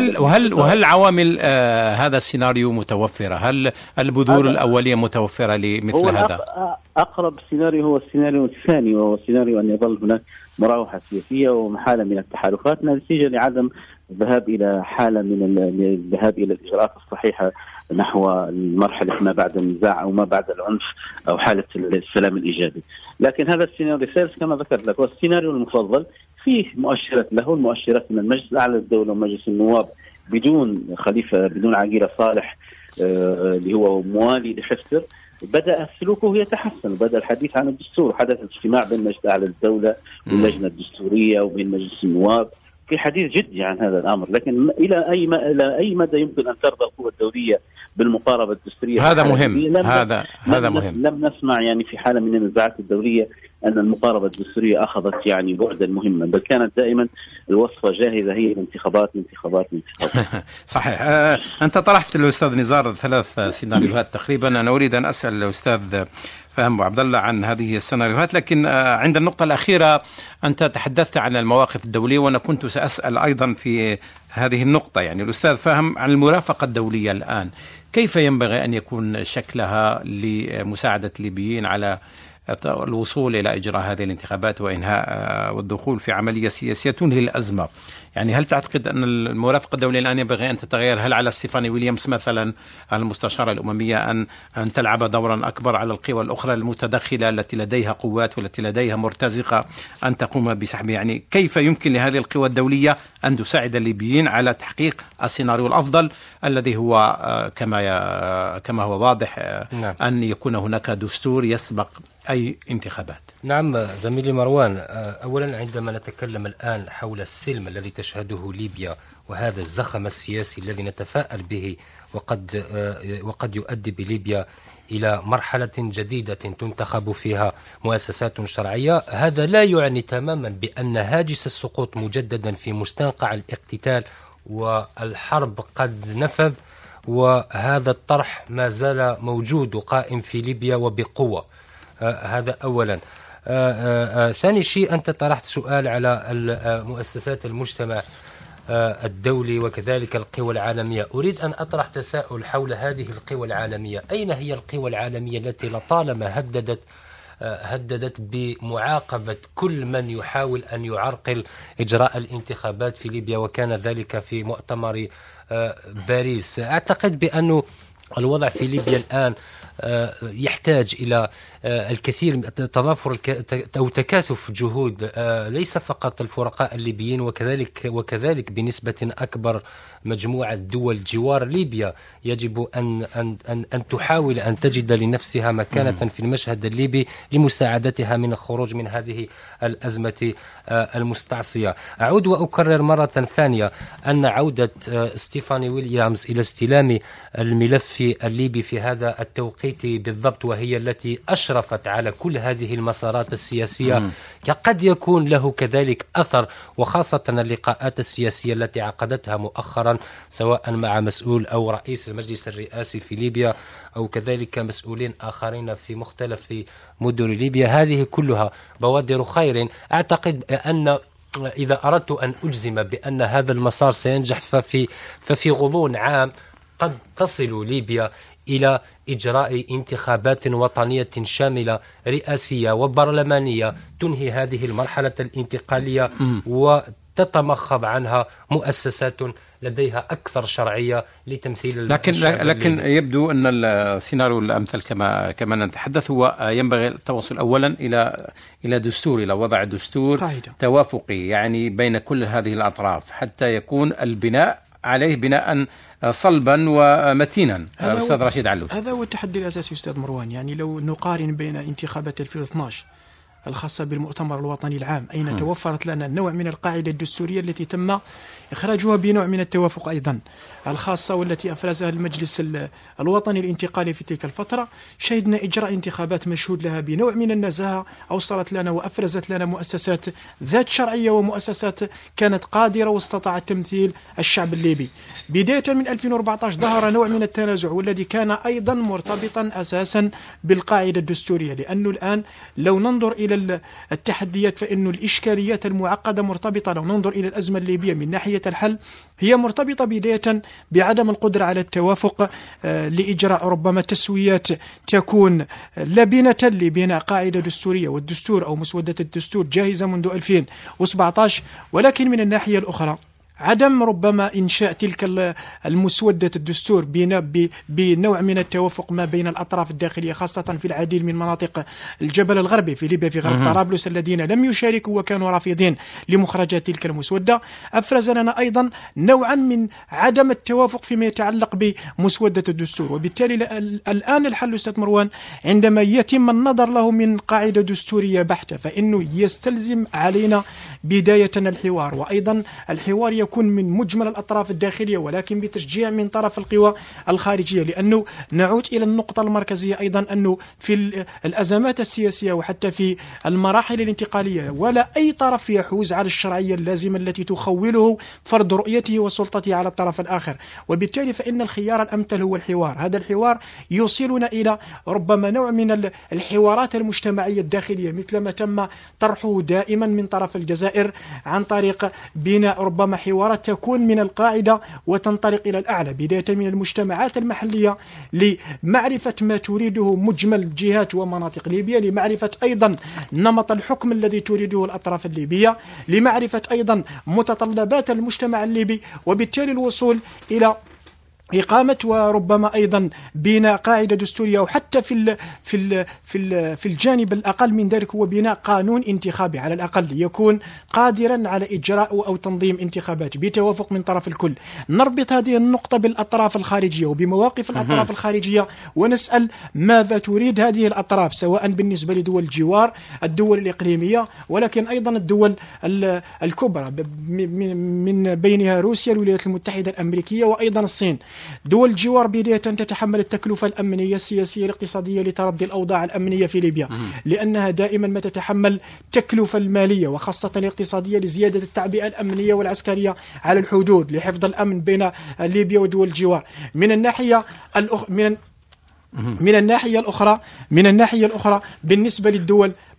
وهل عوامل هذا السيناريو متوفرة؟ هل البذور الأولية متوفرة لمثل هذا؟ أقرب سيناريو هو السيناريو الثاني، وهو سيناريو أن يظل هناك مراوحة سياسية وحالة من التحالفات نتيجة لعدم الذهاب إلى حالة من الذهاب إلى الإجراءات الصحيحة نحو المرحلة ما بعد النزاع أو ما بعد العنف أو حالة السلام الإيجابي. لكن هذا السيناريو الثالث كما ذكرت لك هو السيناريو المفضل، فيه مؤشرات له، المؤشرات من المجلس الأعلى للدولة ومجلس النواب بدون خليفة، بدون عقيلة صالح اللي هو موالي لحفتر، بدأ سلوكه يتحسن، بدأ الحديث عن الدستور، حدث اجتماع بين المجلس الأعلى للدولة واللجنة الدستورية وبين مجلس النواب في حديث جدي عن هذا الأمر. لكن إلى أي مدى يمكن أن ترضى القوى الدولية بالمقاربة الدستورية؟ هذا مهم. هذا مهم. لم نسمع يعني في حالة من النزاعات الدولية أن المقاربة الدستورية أخذت يعني بعدا مهما، بل كانت دائما الوصفة جاهزة، هي الانتخابات. صحيح. أنت طرحت الأستاذ نزار 3 سيناريوهات تقريبا. أنا أريد أن أسأل الأستاذ فهم عبد الله عن هذه السيناريوهات، لكن عند النقطة الأخيرة أنت تحدثت عن المواقف الدولية، وأنا كنت سأسأل أيضا في هذه النقطة، يعني الأستاذ فهم عن المرافقة الدولية الآن، كيف ينبغي أن يكون شكلها لمساعدة الليبيين على الوصول إلى إجراء هذه الانتخابات وإنهاء والدخول في عملية سياسية تنهي الأزمة؟ يعني هل تعتقد أن المرافقة الدولية الآن ينبغي أن تتغير؟ هل على ستيفاني ويليامز مثلا المستشارة الأممية أن تلعب دورا أكبر على القوى الأخرى المتدخلة التي لديها قوات والتي لديها مرتزقة أن تقوم بسحب؟ يعني كيف يمكن لهذه القوى الدولية أن تساعد الليبيين على تحقيق السيناريو الأفضل الذي هو كما هو واضح أن يكون هناك دستور يسبق أي انتخابات؟ نعم زميلي مروان، أولا عندما نتكلم الآن حول السلم الذي تشهده ليبيا وهذا الزخم السياسي الذي نتفائل به وقد يؤدي بليبيا إلى مرحلة جديدة تنتخب فيها مؤسسات شرعية، هذا لا يعني تماما بأن هاجس السقوط مجددا في مستنقع الاقتتال والحرب قد نفذ، وهذا الطرح ما زال موجود وقائم في ليبيا وبقوة. هذا أولا. ثاني شيء، أنت طرحت سؤال على مؤسسات المجتمع الدولي وكذلك القوى العالمية. أريد أن أطرح تساؤل حول هذه القوى العالمية. أين هي القوى العالمية التي لطالما هددت بمعاقبة كل من يحاول أن يعرقل إجراء الانتخابات في ليبيا، وكان ذلك في مؤتمر باريس؟ أعتقد بأن الوضع في ليبيا الآن يحتاج إلى الكثير من تضافر أو تكاتف جهود ليس فقط الفرقاء الليبيين وكذلك بنسبة أكبر مجموعة دول جوار ليبيا. يجب أن تحاول أن تجد لنفسها مكانة في المشهد الليبي لمساعدتها من الخروج من هذه الأزمة المستعصية. أعود وأكرر مرة ثانية أن عودة ستيفاني ويليامز إلى استلام الملف الليبي في هذا التوقيت بالضبط، وهي التي أشرفت على كل هذه المسارات السياسية، قد يكون له كذلك أثر، وخاصة اللقاءات السياسية التي عقدتها مؤخرا سواء مع مسؤول أو رئيس المجلس الرئاسي في ليبيا أو كذلك مسؤولين آخرين في مختلف مدن ليبيا. هذه كلها بوادر خير. أعتقد أن إذا أردت أن أجزم بأن هذا المسار سينجح ففي غضون عام قد تصل ليبيا إلى إجراء انتخابات وطنية شاملة رئاسية وبرلمانية تنهي هذه المرحلة الانتقالية وتتمخض عنها مؤسسات لديها أكثر شرعية لتمثيل لكن يبدو أن السيناريو الأمثل كما نتحدث هو ينبغي التوصل أولا إلى دستور، إلى وضع دستور توافقي يعني بين كل هذه الأطراف حتى يكون البناء عليه بناء صلبا ومتينا. أستاذ رشيد علوش، هذا هو التحدي الأساسي أستاذ مروان. يعني لو نقارن بين انتخابات 2012 الخاصة بالمؤتمر الوطني العام أين توفرت لنا نوع من القاعدة الدستورية التي تم إخراجها بنوع من التوافق أيضا الخاصة والتي أفرزها المجلس الوطني الانتقالي في تلك الفترة، شهدنا إجراء انتخابات مشهود لها بنوع من النزاهة أوصلت لنا وأفرزت لنا مؤسسات ذات شرعية ومؤسسات كانت قادرة واستطاعت تمثيل الشعب الليبي. بداية من 2014 ظهر نوع من التنازع والذي كان أيضا مرتبطا أساسا بالقاعدة الدستورية، لأنه الآن لو ننظر إلى التحديات فإن الإشكاليات المعقدة مرتبطة، لو ننظر إلى الأزمة الليبية من ناحية الحل هي مرتبطة بداية بعدم القدرة على التوافق لإجراء ربما تسويات تكون لبنة لبناء قاعدة دستورية، والدستور أو مسودة الدستور جاهزة منذ 2017، ولكن من الناحية الأخرى عدم ربما إنشاء تلك المسودة الدستور بنوع من التوافق ما بين الأطراف الداخلية خاصة في العديد من مناطق الجبل الغربي في ليبيا في غرب طرابلس الذين لم يشاركوا وكانوا رافضين لمخرجات تلك المسودة، أفرز لنا أيضا نوعا من عدم التوافق فيما يتعلق بمسودة الدستور. وبالتالي الآن الحل أستاذ مروان عندما يتم النظر له من قاعدة دستورية بحتة فإنه يستلزم علينا بداية الحوار، وأيضا الحوار يكون من مجمل الأطراف الداخلية ولكن بتشجيع من طرف القوى الخارجية، لأنه نعود إلى النقطة المركزية أيضا أنه في الأزمات السياسية وحتى في المراحل الانتقالية ولا أي طرف يحوز على الشرعية اللازمة التي تخوله فرض رؤيته وسلطته على الطرف الآخر، وبالتالي فإن الخيار الأمثل هو الحوار. هذا الحوار يوصلنا إلى ربما نوع من الحوارات المجتمعية الداخلية مثل ما تم طرحه دائما من طرف الجزائر عن طريق بناء ربما حوارات تكون من القاعدة وتنطلق إلى الأعلى بداية من المجتمعات المحلية لمعرفة ما تريده مجمل جهات ومناطق ليبيا، لمعرفة أيضا نمط الحكم الذي تريده الأطراف الليبية، لمعرفة أيضا متطلبات المجتمع الليبي، وبالتالي الوصول إلى إقامة وربما أيضا بناء قاعدة دستورية، أو حتى في الجانب الأقل من ذلك هو بناء قانون انتخابي على الأقل يكون قادرا على إجراء أو تنظيم انتخابات بتوافق من طرف الكل. نربط هذه النقطة بالأطراف الخارجية وبمواقف الأطراف الخارجية ونسأل ماذا تريد هذه الأطراف سواء بالنسبة لدول الجوار، الدول الإقليمية، ولكن أيضا الدول الكبرى من بينها روسيا، الولايات المتحدة الأمريكية، وأيضا الصين. دول الجوار بداية تتحمل التكلفة الأمنية السياسية الاقتصادية لتردي الأوضاع الأمنية في ليبيا، لأنها دائما ما تتحمل التكلفة المالية وخاصة الاقتصادية لزيادة التعبئة الأمنية والعسكرية على الحدود لحفظ الأمن بين ليبيا ودول الجوار. من الناحية الأخرى بالنسبة للدول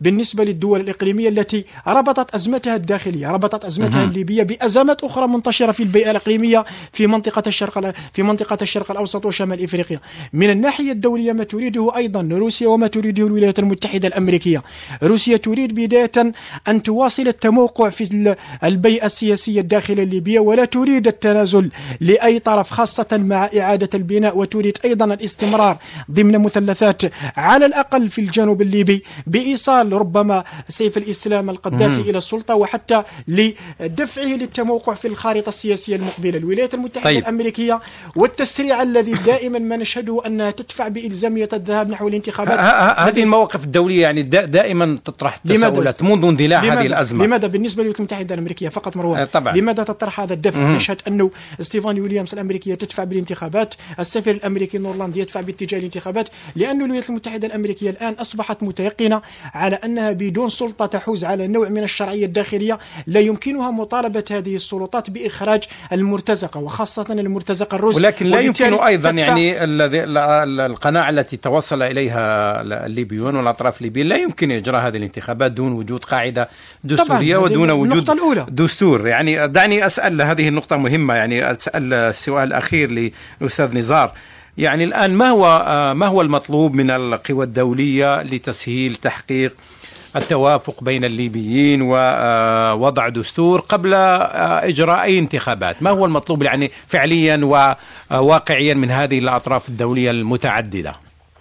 بالنسبة للدول الإقليمية التي ربطت أزمتها الداخلية، ربطت أزمتها الليبية بأزمات أخرى منتشرة في البيئة الإقليمية في منطقة الشرق الأوسط وشمال إفريقيا. من الناحية الدولية ما تريده أيضا روسيا وما تريده الولايات المتحدة الأمريكية. روسيا تريد بداية أن تواصل التموقع في البيئة السياسية الداخلية الليبية، ولا تريد التنازل لأي طرف، خاصة مع إعادة البناء، وتريد أيضا الاستمرار ضمن مثلثات على الأقل في الجنوب الليبي بإيصال ربما سيف الإسلام القذافي إلى السلطة، وحتى لدفعه للتموقع في الخارطة السياسية المقبلة. الولايات المتحدة الأمريكية والتسريع الذي دائما ما نشهده أنها تدفع بإلزامية الذهاب نحو الانتخابات. هذه المواقف الدولية يعني دائما تطرح تساؤلات منذ اندلاع هذه الأزمة. لماذا بالنسبة للولايات المتحدة الأمريكية فقط مروان؟ لماذا تطرح هذا الدفع؟ نشهد أنه ستيفان ويليامز الأمريكية تدفع بالانتخابات، السفير الأمريكي نورلاند يدفع باتجاه الانتخابات، لأن الولايات المتحدة الأمريكية الآن أصبحت متيقنة على أنها بدون سلطة تحوز على نوع من الشرعية الداخلية لا يمكنها مطالبة هذه السلطات بإخراج المرتزقة، وخاصة المرتزقة الروس. ولكن لا يمكن أيضا يعني القناعة التي توصل إليها الليبيون والأطراف الليبيين لا يمكن إجراء هذه الانتخابات دون وجود قاعدة دستورية ودون وجود دستور. يعني دعني أسأل، هذه النقطة مهمة، يعني أسأل السؤال الأخير للأستاذ نزار. يعني الآن ما هو المطلوب من القوى الدولية لتسهيل تحقيق التوافق بين الليبيين ووضع دستور قبل إجراء أي انتخابات؟ ما هو المطلوب يعني فعليا وواقعيا من هذه الأطراف الدولية المتعددة؟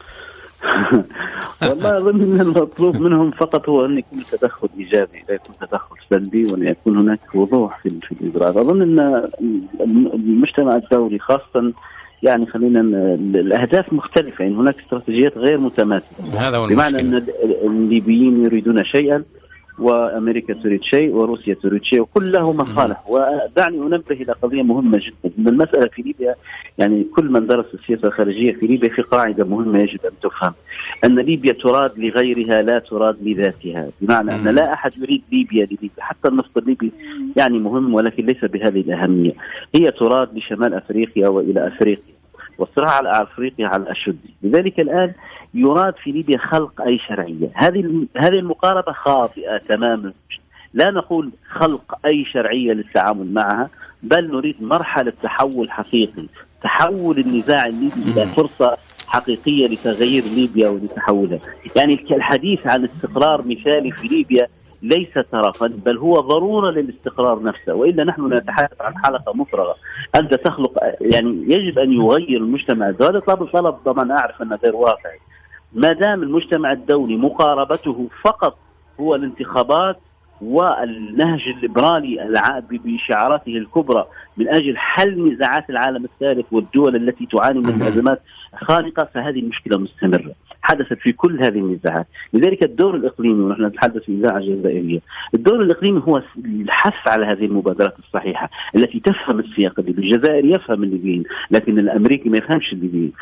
والله أظن أن المطلوب منهم فقط هو أن يكون تدخل إيجابي، لا يكون تدخل سلبي، وأن يكون هناك وضوح في الإجراء. أظن أن المجتمع الدولي خاصة يعني خلينا الأهداف مختلفة، يعني هناك استراتيجيات غير متماثلة. هذا هو بمعنى أن الليبيين يريدون شيئا وأمريكا تريد شيء وروسيا تريد شيء، وكل له مصالح. ودعني أنبه إلى قضية مهمة جدا، أن المسألة في ليبيا يعني كل من درس السياسة الخارجية في ليبيا في قاعدة مهمة يجب أن تفهم، أن ليبيا تراد لغيرها لا تراد لذاتها. بمعنى أن لا أحد يريد ليبيا لليبيا، حتى النفط الليبي يعني مهم ولكن ليس بهذه الأهمية. هي تراد لشمال أفريقيا وإلى أفريقيا، والصراع على أفريقيا على أشد. لذلك الآن يراد في ليبيا خلق أي شرعية. هذه المقاربة خاطئة تماما. لا نقول خلق أي شرعية للتعامل معها، بل نريد مرحلة تحول حقيقي، تحول النزاع الليبي إلى فرصة حقيقية لتغيير ليبيا ولتحولها. يعني الحديث عن استقرار مثالي في ليبيا ليس ترفا، بل هو ضرورة للاستقرار نفسه، وإلا نحن نتحدث عن حلقة مفرغة. أنت تخلق يعني يجب أن يغير المجتمع الدولي. طلب طبعا أعرف أنه غير واقعي. ما دام المجتمع الدولي مقاربته فقط هو الانتخابات والنهج الليبرالي بشعاراته الكبرى من أجل حل نزاعات العالم الثالث والدول التي تعاني من أزمات خانقة، فهذه المشكلة مستمرة حدثت في كل هذه النزاعات. لذلك الدور الإقليمي، ونحن نتحدث في الإذاعة الجزائرية، الدور الإقليمي هو الحث على هذه المبادرات الصحيحة التي تفهم السياق الليبي. الجزائر يفهم الليبيين لكن الأمريكي ما يفهمش الليبيين.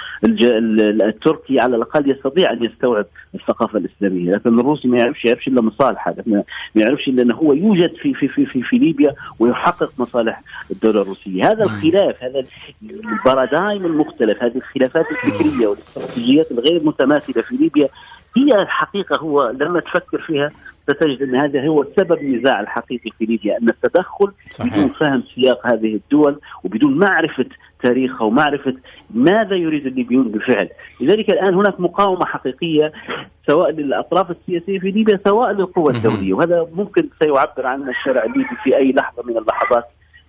التركي على الأقل يستطيع أن يستوعب الثقافة الإسلامية، لكن الروسي ما يعرفش إلا مصالحه، ما يعرفش إلا أنه هو يوجد في ليبيا ويحقق مصالح الدولة الروسية. هذا الخلاف، هذا البارادايم المختلف، هذه الخلافات الفكرية والاستراتيجيات الغير متماثلة في ليبيا هي الحقيقة. هو لما تفكر فيها ستجد أن هذا هو سبب النزاع الحقيقي في ليبيا، أن التدخل بدون فهم سياق هذه الدول وبدون معرفة تاريخها ومعرفة ماذا يريد الليبيون بالفعل. لذلك الآن هناك مقاومة حقيقية سواء للأطراف السياسية في ليبيا سواء للقوى الدولية، وهذا ممكن سيعبر عنه الشارع الليبي في أي لحظة من اللحظات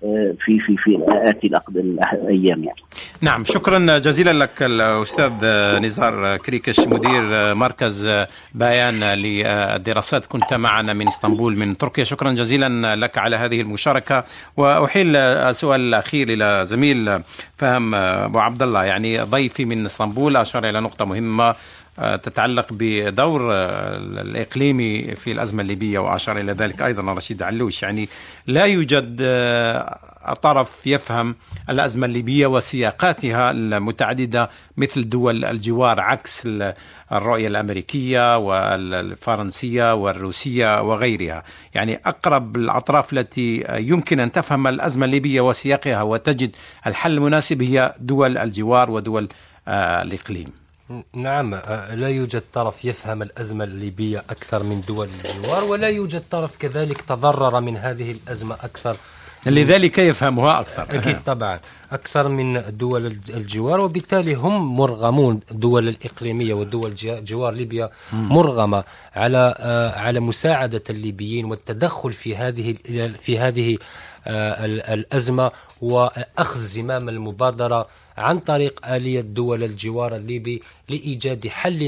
في آتي الأيام يعني. نعم، شكرا جزيلا لك الأستاذ نزار كريكش، مدير مركز بيان للدراسات، كنت معنا من اسطنبول من تركيا. شكرا جزيلا لك على هذه المشاركة. وأحيل السؤال الأخير إلى زميل فهم أبو عبد الله، يعني ضيفي من اسطنبول أشار إلى نقطة مهمة تتعلق بدور الإقليمي في الأزمة الليبية، وأشار إلى ذلك أيضا رشيد علوش. يعني لا يوجد طرف يفهم الأزمة الليبية وسياقاتها المتعددة مثل دول الجوار، عكس الرؤية الأمريكية والفرنسية والروسية وغيرها. يعني أقرب الأطراف التي يمكن أن تفهم الأزمة الليبية وسياقها وتجد الحل المناسب هي دول الجوار ودول الإقليم. نعم، لا يوجد طرف يفهم الأزمة الليبية أكثر من دول الجوار، ولا يوجد طرف كذلك تضرر من هذه الأزمة أكثر، لذلك يفهمها أكثر. أكيد طبعا أكثر من دول الجوار، وبالتالي هم مرغمون، الدول الإقليمية ودول جوار ليبيا مرغمة على مساعدة الليبيين والتدخل في هذه الأزمة، وأخذ زمام المبادرة عن طريق آلية دول الجوار الليبي لإيجاد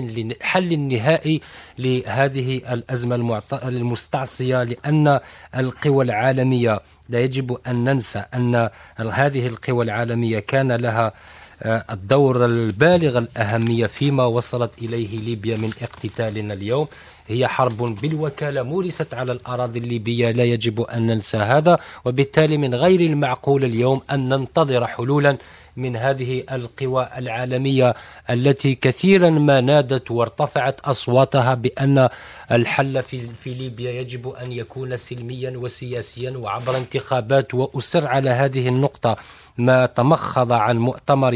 حل نهائي لهذه الأزمة المستعصية. لأن القوى العالمية، لا يجب أن ننسى أن هذه القوى العالمية كان لها الدور البالغ الأهمية فيما وصلت إليه ليبيا من اقتتالنا اليوم. هي حرب بالوكالة مورست على الأراضي الليبية، لا يجب أن ننسى هذا، وبالتالي من غير المعقول اليوم أن ننتظر حلولا من هذه القوى العالمية التي كثيرا ما نادت وارتفعت أصواتها بأن الحل في ليبيا يجب أن يكون سلميا وسياسيا وعبر انتخابات. وأصر على هذه النقطة ما تمخض عن مؤتمر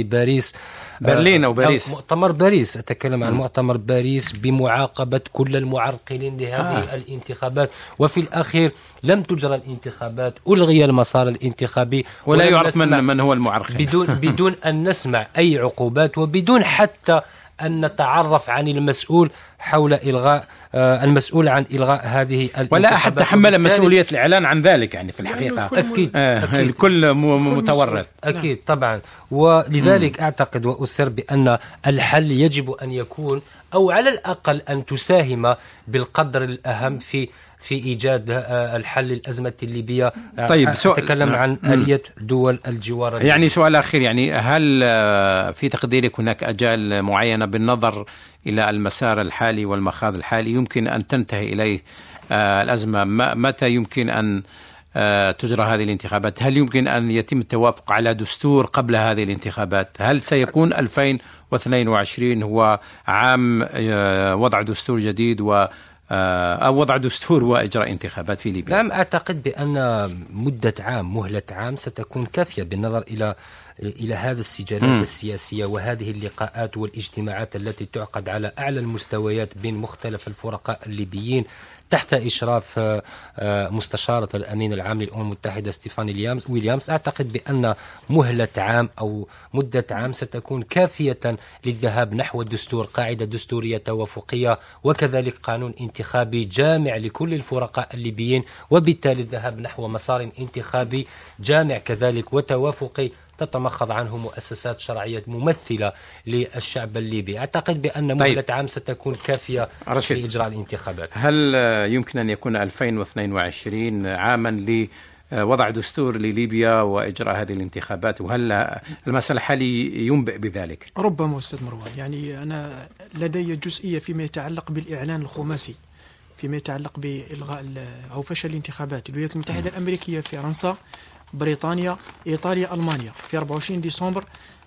برلين أو باريس، مؤتمر باريس، أتكلم عن مؤتمر باريس، بمعاقبة كل المعرقلين لهذه الانتخابات. وفي الأخير لم تجرى الانتخابات، ألغي المسار الانتخابي، ولا يعرف من هو المعرقل، بدون أن نسمع أي عقوبات، وبدون حتى أن نتعرف عن المسؤول حول إلغاء المسؤول عن إلغاء هذه الانتخابات، ولا أحد تحمل مسؤولية الإعلان عن ذلك. يعني في الحقيقة أكيد الكل متورط، أكيد طبعا. ولذلك أعتقد وأسر بأن الحل يجب أن يكون، أو على الأقل أن تساهم بالقدر الأهم في إيجاد الحل للأزمة الليبية. طيب، أتكلم عن آلية دول الجوار. يعني سؤال أخير، يعني هل في تقديرك هناك أجال معينة بالنظر إلى المسار الحالي والمخاض الحالي يمكن أن تنتهي إليه الأزمة؟ متى يمكن أن تجرى هذه الانتخابات؟ هل يمكن أن يتم التوافق على دستور قبل هذه الانتخابات؟ هل سيكون 2022 هو عام وضع دستور جديد أو وضع دستور وإجراء انتخابات في ليبيا؟ نعم، أعتقد بأن مهلة عام ستكون كافية بالنظر إلى هذا السجالات السياسية وهذه اللقاءات والاجتماعات التي تعقد على أعلى المستويات بين مختلف الفرقاء الليبيين تحت إشراف مستشارة الأمين العام للأمم المتحدة ستيفاني ويليامز. أعتقد بأن مهلة عام أو مدة عام ستكون كافية للذهاب نحو الدستور، قاعدة دستورية توافقية، وكذلك قانون انتخابي جامع لكل الفرقاء الليبيين، وبالتالي الذهاب نحو مسار انتخابي جامع كذلك وتوافقي تتمخض عنه مؤسسات شرعية ممثلة للشعب الليبي. أعتقد بأن مهلة عام ستكون كافية لإجراء الانتخابات. هل يمكن أن يكون 2022 عاما لوضع دستور لليبيا وإجراء هذه الانتخابات، وهل المسألة الحالي ينبئ بذلك؟ ربما أستاذ مروان، يعني أنا لدي جزئية فيما يتعلق بالإعلان الخماسي، فيما يتعلق بإلغاء أو فشل الانتخابات. الولايات المتحدة الأمريكية، فرنسا، بريطانيا، إيطاليا، ألمانيا في 24 ديسمبر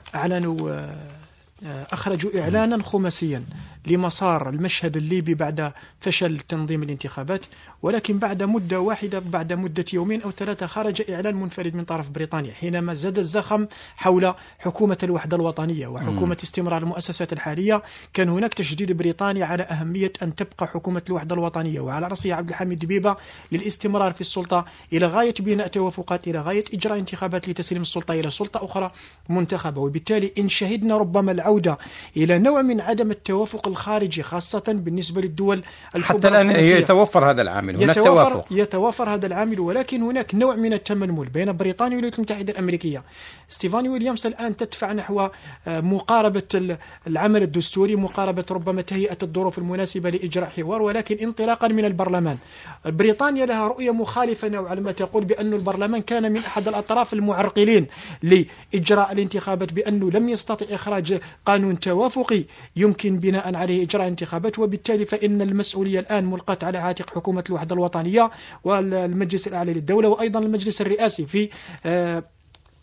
أخرجوا إعلانا خماسيا لمسار المشهد الليبي بعد فشل تنظيم الانتخابات. ولكن بعد مدة واحدة، بعد مدة يومين أو 3، خرج إعلان منفرد من طرف بريطانيا حينما زاد الزخم حول حكومة الوحدة الوطنية وحكومة استمرار المؤسسات الحالية. كان هناك تشديد بريطانيا على أهمية أن تبقى حكومة الوحدة الوطنية وعلى رأسها عبد الحميد دبيبة للاستمرار في السلطة إلى غاية بناء توافقات، إلى غاية إجراء انتخابات لتسليم السلطة إلى سلطة أخرى منتخبة. وبالتالي إن شهدنا ربما العودة إلى نوع من عدم التوافق الخارجي، خاصة بالنسبة للدول الكبرى. حتى الآن يتوفر هذا العامل، هناك توافق، يتوافر هذا العامل، ولكن هناك نوع من التململ بين بريطانيا والولايات المتحدة الأمريكية. ستيفاني ويليامز الآن تدفع نحو مقاربة العمل الدستوري، مقاربة ربما تهيئة الظروف المناسبة لإجراء حوار، ولكن انطلاقا من البرلمان. بريطانيا لها رؤية مخالفة نوعا ما، تقول بأن البرلمان كان من أحد الأطراف المعرقلين لإجراء الانتخابات، بأنه لم يستطع إخراج قانون توافقي يمكن بناء عليه إجراء انتخابات. وبالتالي فإن المسؤولية الآن ملقاة على عاتق حكومة الوحدة الوطنية والمجلس الأعلى للدولة وأيضا المجلس الرئاسي في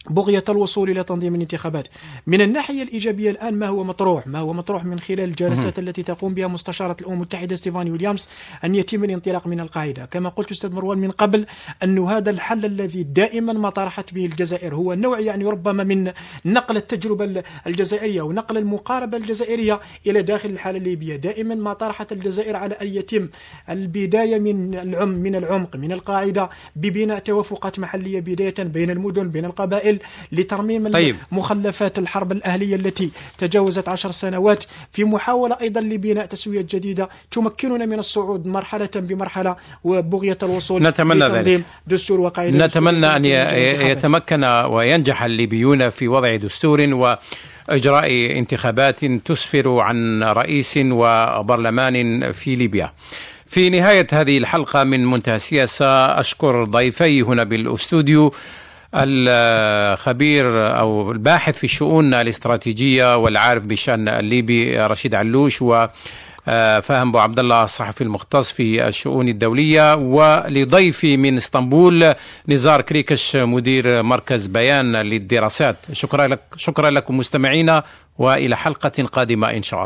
بغية الوصول إلى تنظيم الانتخابات. من الناحية الإيجابية الآن ما هو مطروح من خلال الجلسات التي تقوم بها مستشارة الأمم المتحدة ستيفاني ويليامز أن يتم الانطلاق من القاعدة. كما قلت أستاذ مروان من قبل أن هذا الحل الذي دائما ما طرحت به الجزائر هو نوع يعني ربما من نقل التجربة الجزائرية ونقل المقاربة الجزائرية إلى داخل الحالة الليبية. دائما ما طرحت الجزائر على أن يتم البداية من العمق من القاعدة ببناء توافقات محلية بداية بين المدن بين القبائل لترميم مخلفات الحرب الأهلية التي تجاوزت 10 سنوات في محاولة أيضا لبناء تسوية جديدة تمكننا من الصعود مرحلة بمرحلة وبغية الوصول لتنظيم دستور وقاعدة. نتمنى أن يتمكن وينجح الليبيون في وضع دستور وإجراء انتخابات تسفر عن رئيس وبرلمان في ليبيا. في نهاية هذه الحلقة من منتهى السياسة أشكر ضيفي هنا بالأستوديو الخبير أو الباحث في الشؤون الاستراتيجية والعارف بشأن الليبي رشيد علوش، وفهم بو عبد الله الصحفي المختص في الشؤون الدولية، ولضيفي من اسطنبول نزار كريكش مدير مركز بيان للدراسات. شكرا لكم مستمعينا، وإلى حلقة قادمة إن شاء الله.